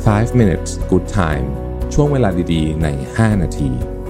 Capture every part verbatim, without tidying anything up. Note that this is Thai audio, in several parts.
five minutes good time ช่วงเวลาดีๆในห้านาที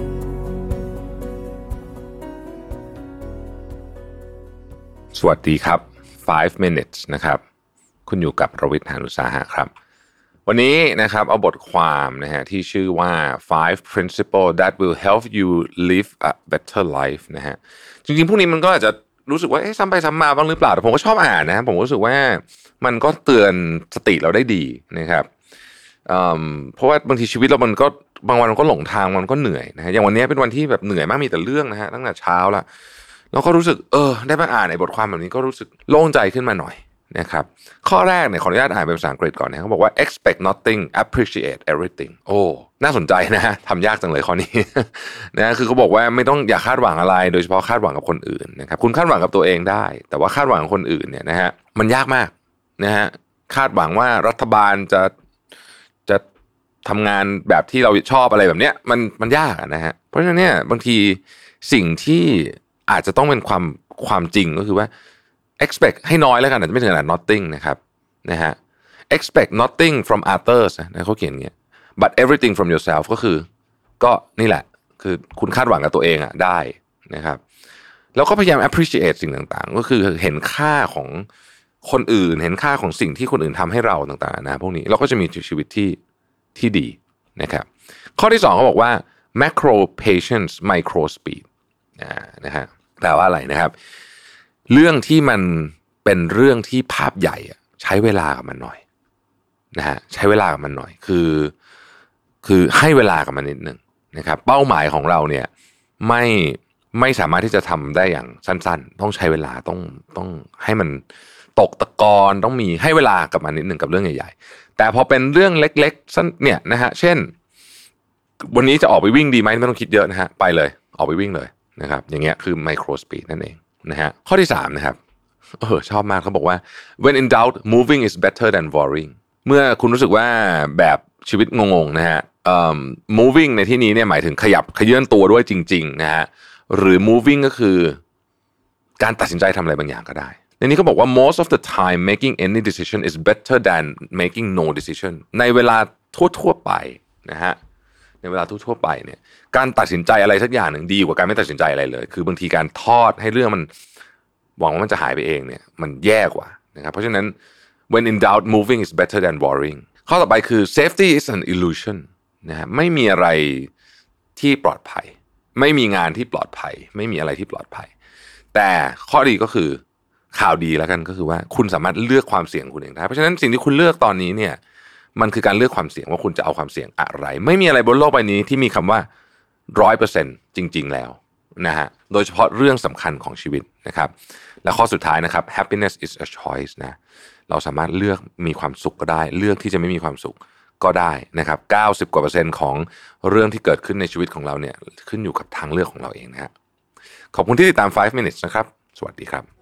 สวัสดีครับfive minutes นะครับคุณอยู่กับรวิทย์ หาญอุตสาหะครับวันนี้นะครับเอาบทความนะฮะที่ชื่อว่า five principles that will help you live a better life นะฮะจริงๆพวกนี้มันก็อาจจะรู้สึกว่าเอ๊ะซ้ำไปซ้ำมาบ้างหรือเปล่าแต่ผมก็ชอบอ่านนะผมรู้สึกว่ามันก็เตือนสติเราได้ดีนะครับเพราะว่าบางทีชีวิตเรามันก็บางวันมันก็หลงทางมันก็เหนื่อยนะฮะอย่างวันนี้เป็นวันที่แบบเหนื่อยมากมีแต่เรื่องนะฮะตั้งแต่เช้าละแล้วก็รู้สึกเออได้มาอ่านในบทความแบบนี้ก็รู้สึกโล่งใจขึ้นมาหน่อยนะครับข้อแรกเนี่ยขออนุญาตอ่านเป็นภาษาอังกฤษก่อนนะเขาบอกว่า expect nothing appreciate everything โอ้น่าสนใจนะฮะทำยากจังเลยข้อนี้นะคือเขาบอกว่าไม่ต้องอย่าคาดหวังอะไรโดยเฉพาะคาดหวังกับคนอื่นนะครับคุณคาดหวังกับตัวเองได้แต่ว่าคาดหวังกับคนอื่นเนี่ยนะฮะมันยากมากนะฮะคาดหวังว่ารัฐบาลจะจะทำงานแบบที่เราชอบอะไรแบบเนี้ยมันมันยากนะฮะเพราะฉะนั้นเนี่ยบางทีสิ่งที่อาจจะต้องเป็นความความจริงก็คือว่า expect ให้น้อยแล้วกันอาจจะไม่ถึงขนาด nothing นะครับนะฮะ expect nothing from others นะเขาเขียนอย่างเงี้ย but everything from yourself ก็คือก็นี่แหละคือคุณคาดหวังกับตัวเองอ่ะได้นะครับแล้วก็พยายาม appreciate สิ่งต่างๆก็คือเห็นค่าของคนอื่นเห็นค่าของสิ่งที่คนอื่นทำให้เราต่างๆนะพวกนี้เราก็จะมีชีวิตที่ที่ดีนะครับข้อที่สองเขาบอกว่า macro patience micro speed นะฮะแปลว่าอะไรนะครับเรื่องที่มันเป็นเรื่องที่ภาพใหญ่ใช้เวลากับมันหน่อยนะฮะใช้เวลากับมันหน่อยคือคือให้เวลากับมันนิดนึงนะครับเป้าหมายของเราเนี่ยไม่ไม่สามารถที่จะทำได้อย่างสั้นๆต้องใช้เวลาต้องต้องให้มันตกตะกอนต้องมีให้เวลากับมันนิดนึงกับเรื่องใหญ่ๆแต่พอเป็นเรื่องเล็กๆสั้นเนี่ยนะฮะเช่นวันนี้จะออกไปวิ่งดีไหมไม่ต้องคิดเยอะนะฮะไปเลยออกไปวิ่งเลยนะครับอย่างเงี้ยคือไมโครสปีดนั่นเองนะฮะข้อที่สามนะครับเออชอบมากเขาบอกว่า when in doubt moving is better than worrying เมื่อคุณรู้สึกว่าแบบชีวิตงงๆนะฮะเอ่อ moving ในที่นี้เนี่ยหมายถึงขยับขยื่นตัวด้วยจริงๆนะฮะหรือ moving ก็คือการตัดสินใจทำอะไรบางอย่างก็ได้ในนี้เขาบอกว่า most of the time making any decision is better than making no decision ในเวลาทั่วๆไปนะฮะในเวลาทั่วๆไปเนี่ยการตัดสินใจอะไรสักอย่างหนึ่งดีกว่าการไม่ตัดสินใจอะไรเลยคือบางทีการทอดให้เรื่องมันหวังว่ามันจะหายไปเองเนี่ยมันแย่กว่านะครับเพราะฉะนั้น when in doubt moving is better than worrying ข้อต่อไปคือ safety is an illusion นะฮะไม่มีอะไรที่ปลอดภัยไม่มีงานที่ปลอดภัยไม่มีอะไรที่ปลอดภัยแต่ข้อดีก็คือข่าวดีแล้วกันก็คือว่าคุณสามารถเลือกความเสี่ยงคุณเองได้เพราะฉะนั้นสิ่งที่คุณเลือกตอนนี้เนี่ยมันคือการเลือกความเสี่ยงว่าคุณจะเอาความเสี่ยงอะไรไม่มีอะไรบนโลกใบนี้ที่มีคำว่า หนึ่งร้อยเปอร์เซ็นต์ จริงๆแล้วนะฮะโดยเฉพาะเรื่องสำคัญของชีวิตนะครับและข้อสุดท้ายนะครับ happiness is a choice นะเราสามารถเลือกมีความสุขก็ได้เลือกที่จะไม่มีความสุขก็ได้นะครับเก้าสิบกว่าเปอร์เซ็นต์ของเรื่องที่เกิดขึ้นในชีวิตของเราเนี่ยขึ้นอยู่กับทางเลือกของเราเองนะฮะขอบคุณที่ติดตามfive minutes นะครับสวัสดีครับ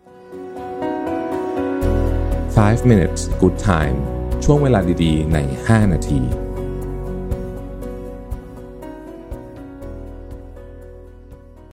five minutes good time ช่วงเวลาดีๆในห้านาที